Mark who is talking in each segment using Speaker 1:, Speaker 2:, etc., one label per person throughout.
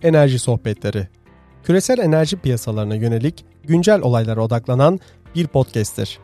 Speaker 1: Enerji Sohbetleri. Küresel enerji piyasalarına yönelik güncel olaylara odaklanan bir podcast'tir.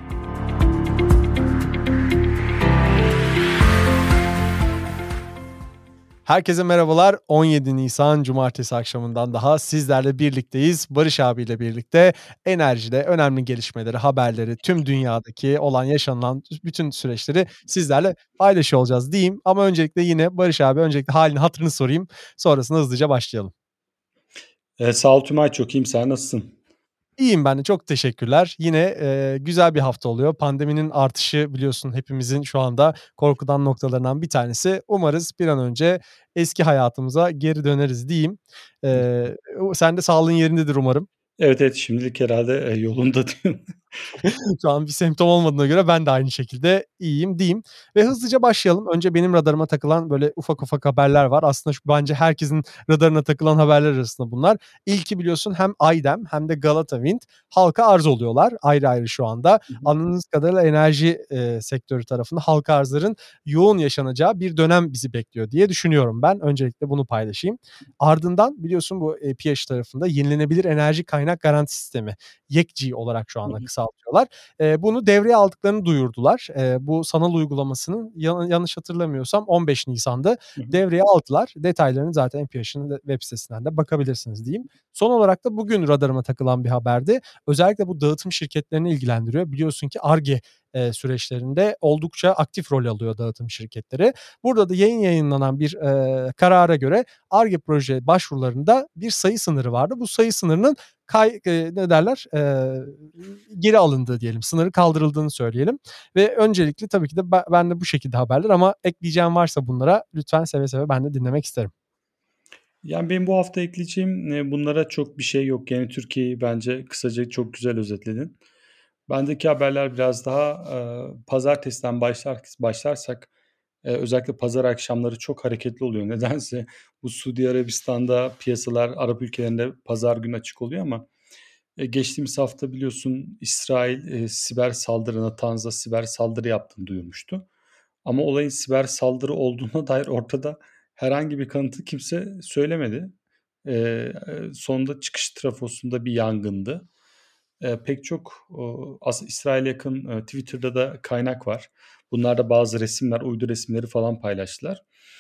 Speaker 1: Herkese merhabalar. 17 Nisan Cumartesi akşamından daha sizlerle birlikteyiz. Barış abiyle birlikte enerjide önemli gelişmeleri, haberleri, tüm dünyadaki olan yaşanılan bütün süreçleri sizlerle paylaşıyor olacağız diyeyim. Ama öncelikle yine Barış abi öncelikle halini hatırını sorayım. Sonrasında hızlıca başlayalım.
Speaker 2: Sağ ol Tümay, çok iyiyim. Sen nasılsın?
Speaker 1: İyiyim ben de, çok teşekkürler. Yine, güzel bir hafta oluyor. Pandeminin artışı biliyorsun hepimizin şu anda korkudan noktalarından bir tanesi. Umarız bir an önce eski hayatımıza geri döneriz diyeyim. Sen de sağlığın yerindedir umarım.
Speaker 2: Evet, evet, şimdilik herhâlde, yolunda diyorum.
Speaker 1: Şu an bir semptom olmadığına göre ben de aynı şekilde iyiyim diyeyim ve hızlıca başlayalım. Önce benim radarıma takılan böyle ufak ufak haberler var. Aslında bence herkesin radarına takılan haberler arasında bunlar. İlki biliyorsun hem Aydem hem de Galata Wind halka arz oluyorlar ayrı ayrı şu anda.
Speaker 2: Hı hı.
Speaker 1: Anladığınız kadarıyla enerji, sektörü tarafında halka arzların yoğun yaşanacağı bir dönem bizi bekliyor diye düşünüyorum ben. Öncelikle bunu paylaşayım. Ardından biliyorsun bu, PH tarafında yenilenebilir enerji kaynak garanti sistemi, YEKCI olarak şu
Speaker 2: Hı
Speaker 1: anda
Speaker 2: hı.
Speaker 1: kısaltıyorlar. Bunu devreye aldıklarını duyurdular. Bu sanal uygulamasını yanlış hatırlamıyorsam 15 Nisan'da
Speaker 2: Hı hı.
Speaker 1: devreye aldılar. Detaylarını zaten MPH'ın web sitesinden de bakabilirsiniz diyeyim. Son olarak da bugün radarıma takılan bir haberdi. Özellikle bu dağıtım şirketlerini ilgilendiriyor. Biliyorsun ki Ar-Ge, süreçlerinde oldukça aktif rol alıyor dağıtım şirketleri. Burada da yayınlanan bir, karara göre Ar-Ge proje başvurularında bir sayı sınırı vardı. Bu sayı sınırının ne derler, geri alındığı diyelim, sınırı kaldırıldığını söyleyelim ve öncelikli tabii ki de ben de bu şekilde haberler ama ekleyeceğin varsa bunlara lütfen seve seve ben de dinlemek isterim.
Speaker 2: Yani, benim bu hafta ekleyeceğim, bunlara çok bir şey yok. Yani, Türkiye'yi bence kısaca çok güzel özetledin. Bendeki haberler biraz daha, pazartesiden başlarsak, özellikle pazar akşamları çok hareketli oluyor. Nedense bu Suudi Arabistan'da piyasalar Arap ülkelerinde pazar günü açık oluyor ama geçtiğimiz hafta biliyorsun İsrail, siber saldırı, Natanz'a siber saldırı yaptığını duyurmuştu. Ama olayın siber saldırı olduğuna dair ortada herhangi bir kanıtı kimse söylemedi. Sonunda çıkış trafosunda bir yangındı. Pek çok, aslında İsrail'e yakın, Twitter'da da kaynak var. Bunlarda bazı resimler, uydu resimleri falan paylaştılar.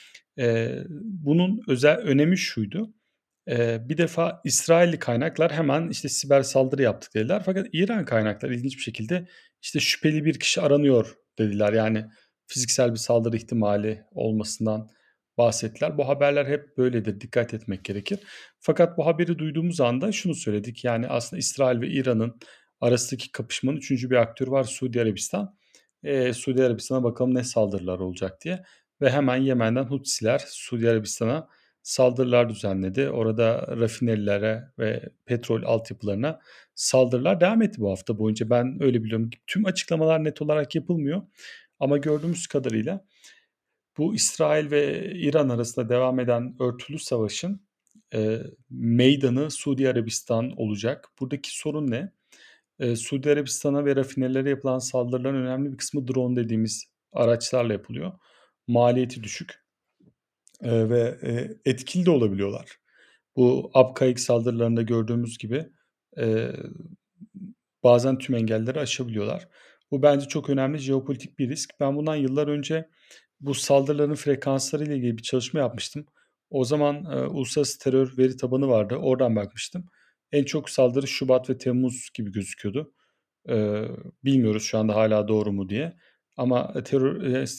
Speaker 2: Bunun önemi şuydu: bir defa İsrailli kaynaklar hemen, işte, siber saldırı yaptık dediler. Fakat İran kaynakları ilginç bir şekilde, işte, şüpheli bir kişi aranıyor dediler. Yani fiziksel bir saldırı ihtimali olmasından bahsettiler. Bu haberler hep böyledir, dikkat etmek gerekir. Fakat bu haberi duyduğumuz anda şunu söyledik, yani aslında İsrail ve İran'ın arasındaki kapışmanın üçüncü bir aktörü var, Suudi Arabistan. Suudi Arabistan'a bakalım ne saldırılar olacak diye ve hemen Yemen'den Hutsiler Suudi Arabistan'a saldırılar düzenledi. Orada rafinerilere ve petrol altyapılarına saldırılar devam etti bu hafta boyunca. Ben öyle biliyorum. Tüm açıklamalar net olarak yapılmıyor ama gördüğümüz kadarıyla bu İsrail ve İran arasında devam eden örtülü savaşın, meydanı Suudi Arabistan olacak. Buradaki sorun ne? Suudi Arabistan'a ve rafinerilere yapılan saldırıların önemli bir kısmı drone dediğimiz araçlarla yapılıyor. Maliyeti düşük, ve, etkili de olabiliyorlar. Bu Abqaiq saldırılarında gördüğümüz gibi, eee, bazen tüm engelleri aşabiliyorlar. Bu bence çok önemli jeopolitik bir risk. Ben bundan yıllar önce bu saldırıların frekansları ile ilgili bir çalışma yapmıştım. O zaman, Uluslararası Terör Veri Tabanı vardı. Oradan bakmıştım. En çok saldırı şubat ve temmuz gibi gözüküyordu. Eee, bilmiyoruz şu anda hâlâ doğru mu diye ama, terör,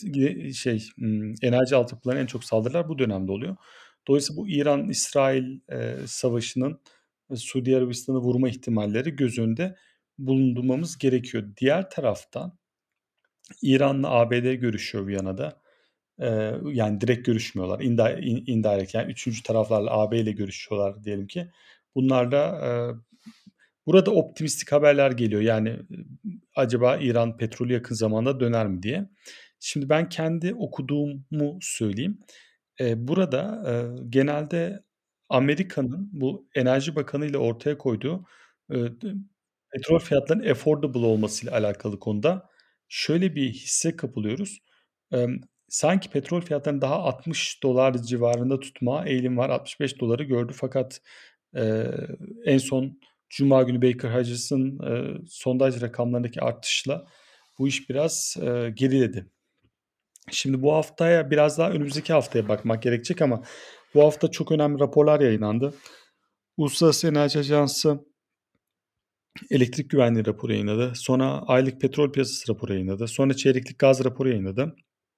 Speaker 2: enerji altyapılarına en çok saldırılar bu dönemde oluyor. Dolayısıyla bu İran-İsrail, savaşının, Suudi Arabistan'ı vurma ihtimalleri göz önünde bulundurmamız gerekiyor. Diğer taraftan İran'la ABD görüşüyor Viyana'da. Yani direkt görüşmüyorlar. Indirect yani üçüncü taraflarla AB ile görüşüyorlar diyelim ki. Bunlar da, burada optimistik haberler geliyor. Yani, acaba İran petrolü yakın zamanda döner mi diye. Şimdi ben kendi okuduğumu söyleyeyim. Burada, genelde Amerika'nın bu Enerji Bakanı ile ortaya koyduğu, petrol fiyatlarının affordable olmasıyla alakalı konuda şöyle bir hisse kapılıyoruz. sanki petrol fiyatlarını daha $60 civarında tutma eğilim var. $65'ı gördü fakat, eee, en son cuma günü Baker Huggies'ın, sondaj rakamlarındaki artışla bu iş biraz, geriledi. Şimdi bu haftaya biraz daha önümüzdeki haftaya bakmak gerekecek ama bu hafta çok önemli raporlar yayınlandı. Uluslararası Enerji Ajansı elektrik güvenliği raporu yayınladı. Sonra aylık petrol piyasası raporu yayınladı. Sonra çeyreklik gaz raporu yayınladı.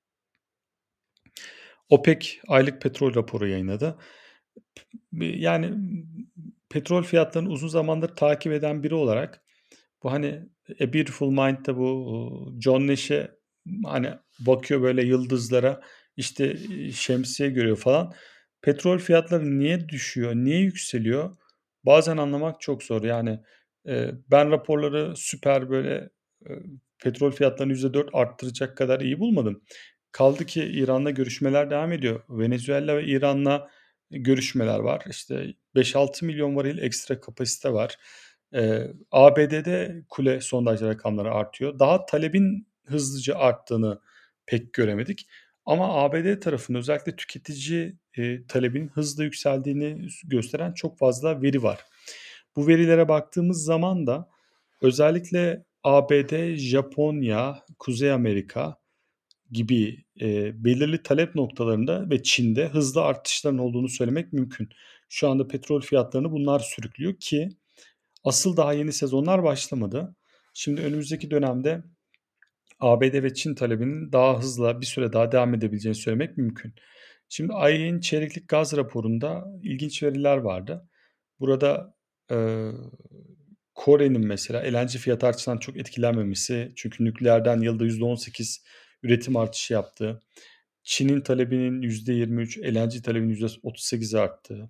Speaker 2: OPEC aylık petrol raporu yayınladı. Yani petrol fiyatlarını uzun zamandır takip eden biri olarak bu hani A Beautiful Mind'da bu John Nash'e hani bakıyor böyle yıldızlara işte şemsiye görüyor falan. Petrol fiyatları niye düşüyor, niye yükseliyor? Bazen anlamak çok zor. Yani ben raporları süper böyle e, petrol fiyatlarını %4 arttıracak kadar iyi bulmadım. Kaldı ki İran'la görüşmeler devam ediyor. Venezuela ve İran'la görüşmeler var. İşte 5-6 milyon varil ekstra kapasite var. ABD'de kule sondaj rakamları artıyor. Daha talebin hızlıca arttığını pek göremedik. Ama ABD tarafında özellikle tüketici talebin hızla yükseldiğini gösteren çok fazla veri var. Bu verilere baktığımız zaman da özellikle ABD, Japonya, Kuzey Amerika gibi, belirli talep noktalarında ve Çin'de hızlı artışların olduğunu söylemek mümkün. Şu anda petrol fiyatlarını bunlar sürüklüyor ki asıl daha yeni sezonlar başlamadı. Şimdi önümüzdeki dönemde ABD ve Çin talebinin daha hızlı bir süre daha devam edebileceğini söylemek mümkün. Şimdi IEA'nin çeyreklik gaz raporunda ilginç veriler vardı. Burada, eee, Kore'nin mesela LNG fiyatı artışından çok etkilenmemesi çünkü nükleerden yılda %18 üretim artışı yaptığı, Çin'in talebinin %23, LNG talebinin %38 arttığı.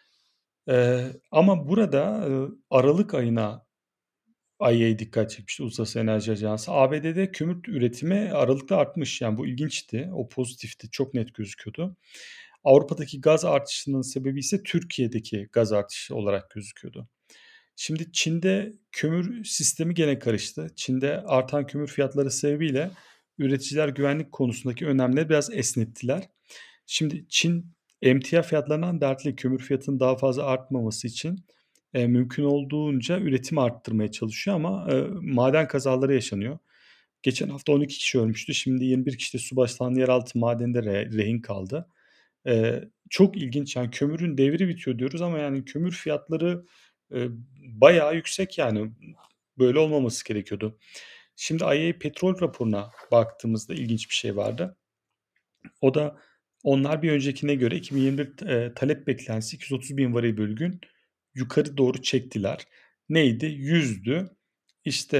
Speaker 2: Ama burada, aralık ayına IEA dikkat çekmişti, Uluslararası Enerji Ajansı. ABD'de kömür üretimi aralıkta artmış. Yani bu ilginçti. O pozitifti. Çok net gözüküyordu. Avrupa'daki gaz artışının sebebi ise Türkiye'deki gaz artışı olarak gözüküyordu. Şimdi Çin'de kömür sistemi gene karıştı. Çin'de artan kömür fiyatları sebebiyle üreticiler güvenlik konusundaki önlemleri biraz esnettiler. Şimdi Çin emtia fiyatlarından dertli, kömür fiyatının daha fazla artmaması için mümkün olduğunca üretimi arttırmaya çalışıyor ama maden kazaları yaşanıyor. Geçen hafta 12 kişi ölmüştü. Şimdi 21 kişi de Subaşı'ndan yeraltı madeninde rehin kaldı. Çok ilginç, yani kömürün devri bitiyor diyoruz ama yani kömür fiyatları, eee, bayağı yüksek yani. Böyle olmaması gerekiyordu. Şimdi IEA petrol raporuna baktığımızda ilginç bir şey vardı. O da onlar bir öncekine göre 2021 talep beklentisi 230.000 varil bölü gün yukarı doğru çektiler. Neydi? 100'dü. İşte,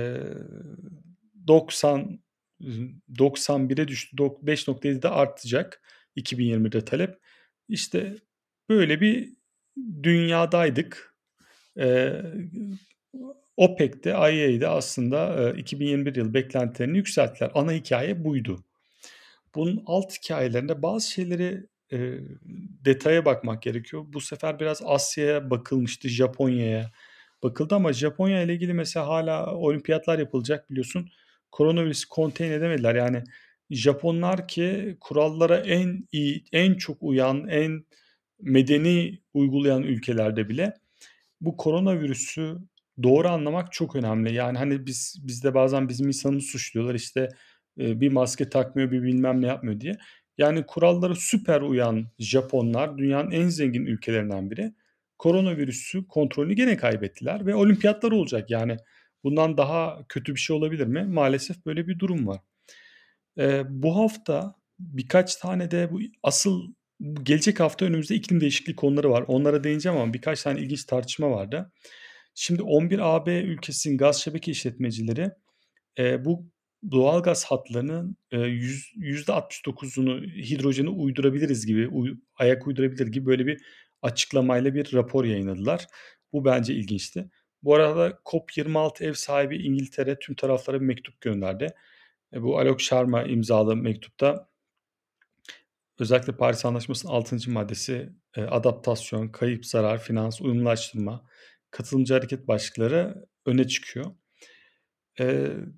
Speaker 2: 90 91'e düştü. 5.7'de artacak 2020'de talep. İşte böyle bir dünyadaydık. Eee, OPEC de IEA de aslında, 2021 yılı beklentilerini yükselttiler. Ana hikâye buydu. Bunun alt hikâyelerinde bazı şeyleri, detaya bakmak gerekiyor. Bu sefer biraz Asya'ya bakılmıştı, Japonya'ya bakıldı ama Japonya ile ilgili mesela hâlâ olimpiyatlar yapılacak biliyorsun. Koronavirüsü contain edemediler. Yani Japonlar ki kurallara en iyi, en çok uyan, en medeni uygulayan ülkelerde bile bu koronavirüsü doğru anlamak çok önemli. Yani, hani, bizde bazen bizim insanımızı suçluyorlar, işte, bir maske takmıyor, bir bilmem ne yapmıyor diye. Yani, kurallara süper uyan Japonlar dünyanın en zengin ülkelerinden biri. Koronavirüsü kontrolünü gene kaybettiler ve olimpiyatlar olacak. Yani, bundan daha kötü bir şey olabilir mi? Maalesef böyle bir durum var. Bu hafta birkaç tane de asıl gelecek hafta önümüzde iklim değişikliği konuları var. Onlara değineceğim ama birkaç tane ilginç tartışma vardı. Şimdi 11 AB ülkesinin gaz şebeke işletmecileri, bu doğalgaz hatlarının, %69'unu hidrojene uydurabiliriz gibi, ayak uydurabilir gibi böyle bir açıklamayla bir rapor yayınladılar. Bu bence ilginçti. Bu arada COP26 ev sahibi İngiltere tüm taraflara bir mektup gönderdi. Bu Alok Sharma imzalı mektupta özellikle Paris Anlaşması'nın 6. maddesi, adaptasyon, kayıp, zarar, finans, uyumlaştırma, katılımcı hareket başlıkları öne çıkıyor. Eee,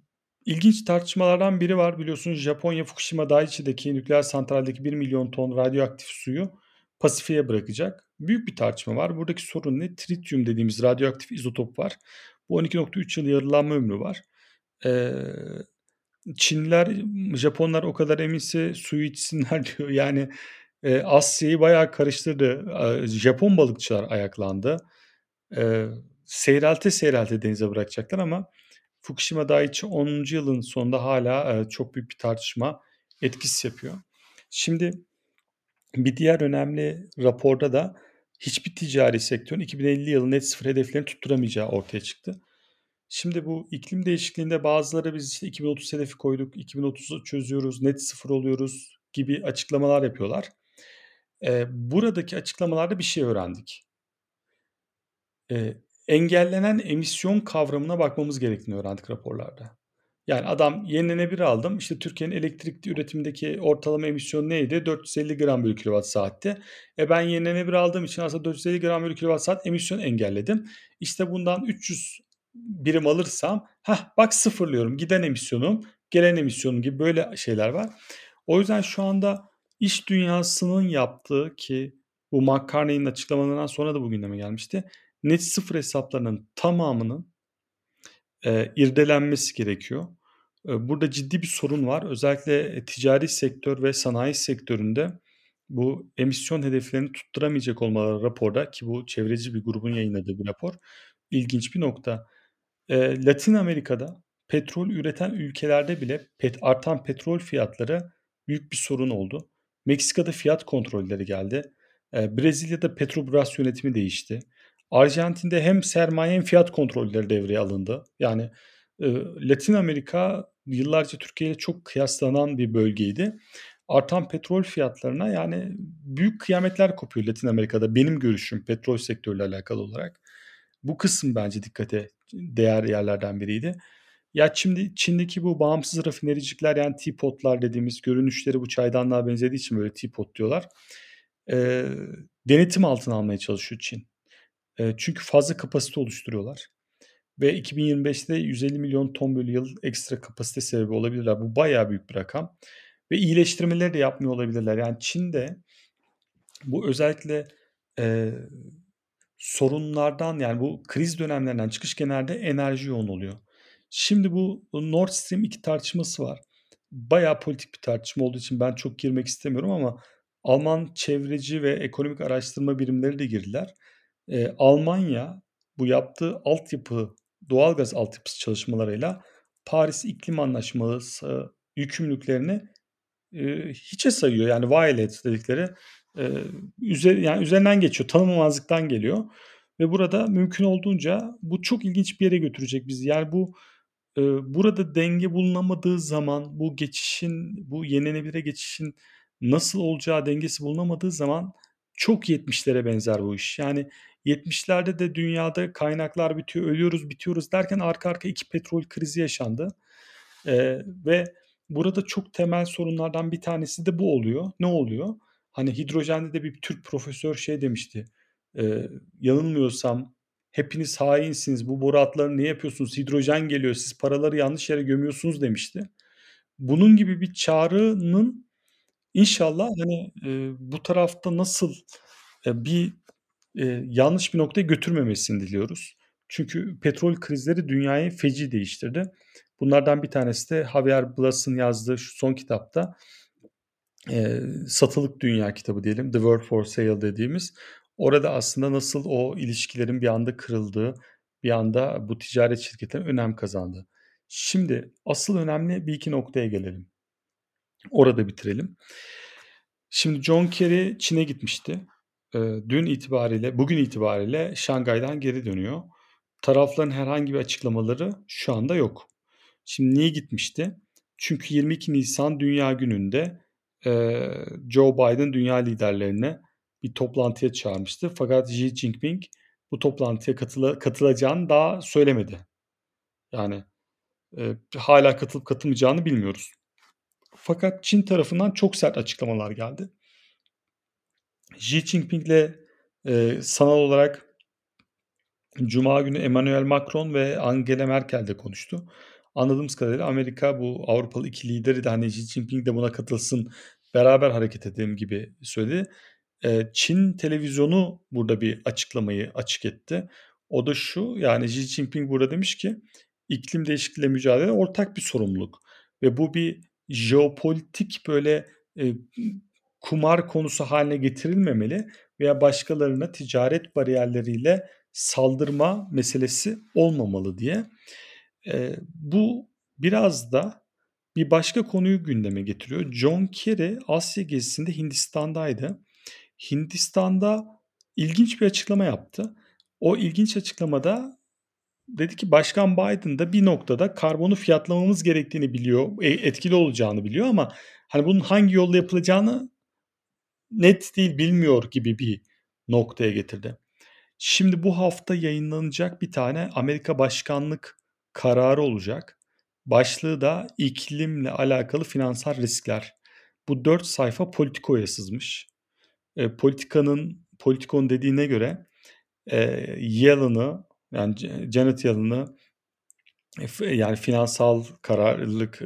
Speaker 2: İlginç tartışmalardan biri var. Biliyorsunuz Japonya Fukushima Daiichi'deki nükleer santraldeki 1.000.000 ton radyoaktif suyu Pasifik'e bırakacak. Büyük bir tartışma var. Buradaki sorun ne? Trityum dediğimiz radyoaktif izotop var. Bu 12,3 yıl yarılanma ömrü var. Eee, Çinliler, Japonlar o kadar eminse suyu içsinler diyor. Yani, Asya'yı bayağı karıştırdı. Japon balıkçılar ayaklandı. Eee, Seyrelте seyrelте denize bırakacaklar ama Fukushima Daiichi 10. yılın sonunda hâlâ, çok büyük bir tartışma etkisi yapıyor. Şimdi bir diğer önemli raporda da hiçbir ticari sektörün 2050 yılı net sıfır hedeflerini tutturamayacağı ortaya çıktı. Şimdi bu iklim değişikliğinde bazıları biz işte 2030 hedefi koyduk, 2030'u çözüyoruz, net sıfır oluyoruz gibi açıklamalar yapıyorlar. Buradaki açıklamalarda bir şey öğrendik. Engellenen emisyon kavramına bakmamız gerektiğini öğrendik raporlarda. Yani adam yenilenebilir aldım. İşte Türkiye'nin elektrik üretimindeki ortalama emisyon neydi? 450 gram bölü kilowatt-saatti. Ben yenilenebilir aldığım için aslında 450 gram bölü kilowatt-saat emisyon engelledim. İşte bundan 300 birim alırsam, bak sıfırlıyorum. Giden emisyonum, gelen emisyonum gibi böyle şeyler var. O yüzden şu anda iş dünyasının yaptığı ki bu McCartney'nin açıklamalarından sonra da bu gündeme gelmişti. Net sıfır hesaplarının tamamının irdelenmesi gerekiyor. Burada ciddi bir sorun var. Özellikle ticari sektör ve sanayi sektöründe bu emisyon hedeflerini tutturamayacak olmaları raporda ki bu çevreci bir grubun yayınladığı bir rapor. İlginç bir nokta. Latin Amerika'da petrol üreten ülkelerde bile artan petrol fiyatları büyük bir sorun oldu. Meksika'da fiyat kontrolleri geldi. Brezilya'da Petrobras yönetimi değişti. Arjantin'de hem sermaye hem fiyat kontrolleri devreye alındı. Yani, Latin Amerika yıllarca Türkiye ile çok kıyaslanan bir bölgeydi. Artan petrol fiyatlarına, yani, büyük kıyametler kopuyor Latin Amerika'da benim görüşüm petrol sektörüyle alakalı olarak. Bu kısım bence dikkate değer yerlerden biriydi. Ya, şimdi Çin'deki bu bağımsız rafinericilikler, yani teapot'lar dediğimiz görünüşleri bu çaydanlığa benzediği için böyle teapot diyorlar. Eee, Denetim altına almaya çalışıyor Çin. Çünkü fazla kapasite oluşturuyorlar ve 2025'te 150 milyon ton bölü yıl ekstra kapasite sebebi olabilirler. Bu bayağı büyük bir rakam ve iyileştirmeleri de yapmıyor olabilirler. Yani Çin'de bu özellikle, eee, sorunlardan, yani bu kriz dönemlerinden çıkış genelde enerji yoğun oluyor. Şimdi bu Nord Stream 2 tartışması var. Bayağı politik bir tartışma olduğu için ben çok girmek istemiyorum ama Alman çevreci ve ekonomik araştırma birimleri de girdiler. Almanya bu yaptığı doğalgaz altyapısı çalışmalarıyla Paris İklim Anlaşması yükümlülüklerini, hiçe sayıyor. Yani violate dedikleri, eee, yani üzerinden geçiyor, tanımamazlıktan geliyor ve burada mümkün olduğunca bu çok ilginç bir yere götürecek bizi. Yani burada denge bulunamadığı zaman bu yenilenebilire geçişin nasıl olacağı dengesi bulunamadığı zaman çok 70'lere benzer bu iş. Yani 70'lerde de dünyada kaynaklar bitiyor, ölüyoruz, bitiyoruz derken arka arkaya 2 petrol krizi yaşandı. Ve burada çok temel sorunlardan bir tanesi de bu oluyor. Ne oluyor? Hani hidrojende de bir Türk profesör şey demişti, yanılmıyorsam "Hepiniz hainsiniz, bu boru hatlarını niye yapıyorsunuz? Hidrojen geliyor, siz paraları yanlış yere gömüyorsunuz." demişti. Bunun gibi bir çağrının inşallah, hani, bu tarafta nasıl, bir, yanlış bir noktaya götürmemesini diliyoruz. Çünkü petrol krizleri dünyayı feci değiştirdi. Bunlardan bir tanesi de Javier Blas'ın yazdığı şu son kitapta, Satılık Dünya kitabı diyelim, The World for Sale dediğimiz. Orada aslında nasıl o ilişkilerin bir anda kırıldığı, bir anda bu ticaret şirketleri önem kazandı. Şimdi asıl önemli bir iki noktaya gelelim. Orada bitirelim. Şimdi John Kerry Çin'e gitmişti. Bugün itibariyle Şangay'dan geri dönüyor. Tarafların herhangi bir açıklamaları şu anda yok. Şimdi niye gitmişti? Çünkü 22 Nisan Dünya Günü'nde, Joe Biden dünya liderlerine bir toplantıya çağırmıştı. Fakat Xi Jinping bu toplantıya katılacağını daha söylemedi. Yani, hâlâ katılıp katılmayacağını bilmiyoruz. Fakat Çin tarafından çok sert açıklamalar geldi. Xi Jinping'le, sanal olarak cuma günü Emmanuel Macron ve Angela Merkel de konuştu. anladığımız kadarıyla Amerika bu Avrupalı iki lideri de hani Xi Jinping de buna katılsın, beraber hareket edelim gibi söyledi. Çin televizyonu burada bir açıklamayı açık etti. O da şu, yani Xi Jinping burada demiş ki iklim değişikliğiyle mücadele ortak bir sorumluluk ve bu bir jeopolitik böyle e, kumar konusu haline getirilmemeli veya başkalarına ticaret bariyerleriyle saldırma meselesi olmamalı diye. Bu biraz da bir başka konuyu gündeme getiriyor. John Kerry Asya gezisinde Hindistan'daydı. Hindistan'da ilginç bir açıklama yaptı. O ilginç açıklamada dedi ki Başkan Biden da bir noktada karbonu fiyatlamamız gerektiğini biliyor, etkili olacağını biliyor ama hani bunun hangi yolla yapılacağını net değil, bilmiyor gibi bir noktaya getirdi. Şimdi bu hafta yayınlanacak bir tane Amerika başkanlık kararı olacak. Başlığı da iklimle alakalı finansal riskler. Bu 4 sayfa Politico'ya sızmış. Politico'nun dediğine göre Yellen'ı, yani Janet Yellen'ı, yani finansal kararlılık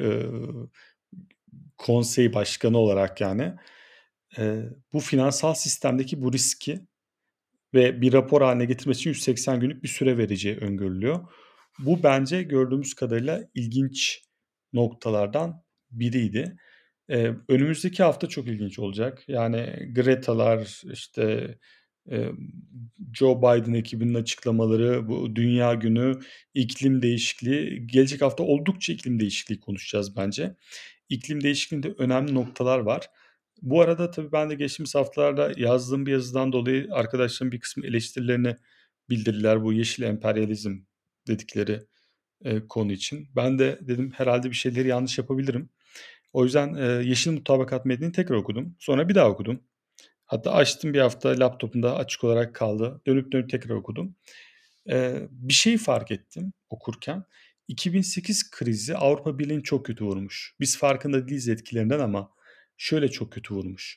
Speaker 2: konseyi başkanı olarak, yani bu finansal sistemdeki bu riski ve bir rapor haline getirmesi için 180 günlük bir süre vereceği öngörülüyor. Bu bence gördüğümüz kadarıyla ilginç noktalardan biriydi. Önümüzdeki hafta çok ilginç olacak. Yani Greta'lar, işte Joe Biden ekibinin açıklamaları, bu Dünya Günü, iklim değişikliği. Gelecek hafta oldukça iklim değişikliği konuşacağız bence. İklim değişikliğinde önemli noktalar var. Bu arada tabii ben de geçtiğimiz haftalarda yazdığım bir yazıdan dolayı arkadaşlarım bir kısmı eleştirilerini bildirdiler bu yeşil emperyalizm dedikleri konu için. Ben de dedim herhalde bir şeyleri yanlış yapabilirim. O yüzden Yeşil Mutabakat metnini tekrar okudum. Sonra bir daha okudum. Hatta açtım, bir hafta laptopumda açık olarak kaldı. Dönüp dönüp tekrar okudum. Bir şey fark ettim okurken. 2008 krizi Avrupa Birliği'ni çok kötü vurmuş. Biz farkında değiliz etkilerinden ama şöyle çok kötü vurmuş.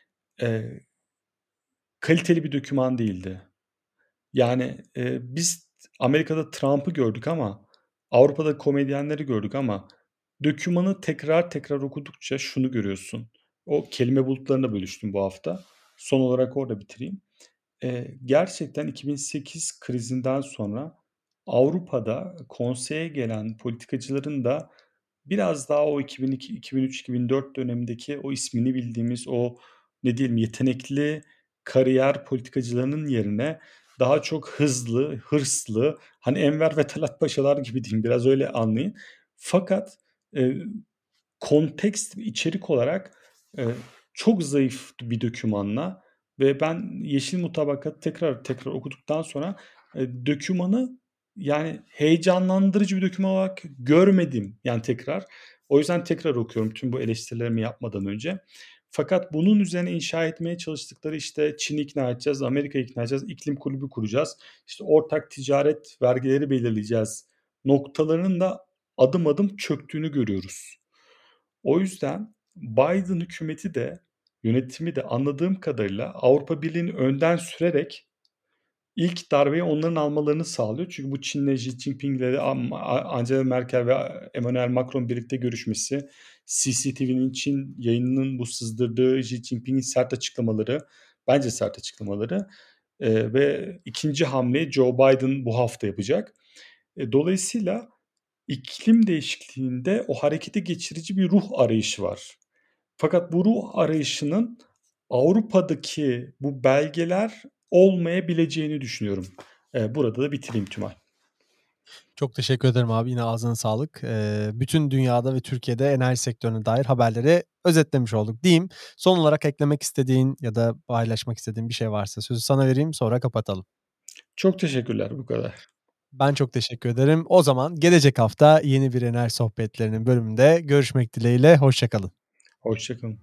Speaker 2: Kaliteli bir doküman değildi. Yani biz Amerika'da Trump'ı gördük ama Avrupa'da komedyenleri gördük ama dokümanı tekrar tekrar okudukça şunu görüyorsun. O kelime bulutlarına bölüştüm bu hafta. Son olarak orada bitireyim. Gerçekten 2008 krizinden sonra Avrupa'da konseye gelen politikacıların da biraz daha o 2002, 2003, 2004 dönemindeki o ismini bildiğimiz o ne diyelim yetenekli kariyer politikacılarının yerine daha çok hızlı, hırslı, hani Enver ve Talat Paşalar gibi diyeyim, biraz öyle anlayın. Fakat e, kontekst ve içerik olarak çok zayıf bir dokümanla ve ben Yeşil Mutabakat'ı tekrar tekrar okuduktan sonra dokümanı yani heyecanlandırıcı bir doküman olarak görmedim yani tekrar. O yüzden tekrar okuyorum tüm bu eleştirilerimi yapmadan önce. Fakat bunun üzerine inşa etmeye çalıştıkları işte Çin'i ikna edeceğiz, Amerika'yı ikna edeceğiz, iklim kulübü kuracağız, işte ortak ticaret vergileri belirleyeceğiz noktalarının da adım adım çöktüğünü görüyoruz. O yüzden Biden hükümeti de yönetimi de anladığım kadarıyla Avrupa Birliği'ni önden sürerek ilk darbeyi onların almalarını sağlıyor. Çünkü bu Çin'le Xi Jinping'le de Angela Merkel ve Emmanuel Macron birlikte görüşmesi, CCTV'nin Çin yayınının bu sızdırdığı Xi Jinping'in sert açıklamaları, bence sert açıklamaları ve ikinci hamleyi Joe Biden bu hafta yapacak. Dolayısıyla iklim değişikliğinde o harekete geçirici bir ruh arayışı var. Fakat bu ruh arayışının Avrupa'daki bu belgeler olmayabileceğini düşünüyorum. Burada da bitireyim Tümay.
Speaker 1: Çok teşekkür ederim abi. Yine ağzına sağlık. Bütün dünyada ve Türkiye'de enerji sektörüne dair haberleri özetlemiş olduk diyeyim. Son olarak eklemek istediğin ya da paylaşmak istediğin bir şey varsa sözü sana vereyim, sonra kapatalım.
Speaker 2: Çok teşekkürler, bu kadar.
Speaker 1: Ben çok teşekkür ederim. O zaman gelecek hafta yeni bir Enerji Sohbetlerinin bölümünde görüşmek dileğiyle. Hoşça kalın.
Speaker 2: Hoşça kalın.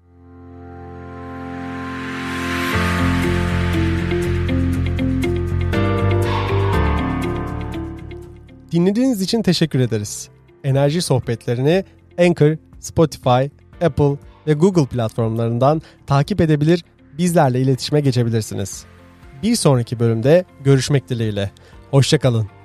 Speaker 1: Dinlediğiniz için teşekkür ederiz. Enerji Sohbetlerini Anchor, Spotify, Apple ve Google platformlarından takip edebilir, bizlerle iletişime geçebilirsiniz. Bir sonraki bölümde görüşmek dileğiyle. Hoşça kalın.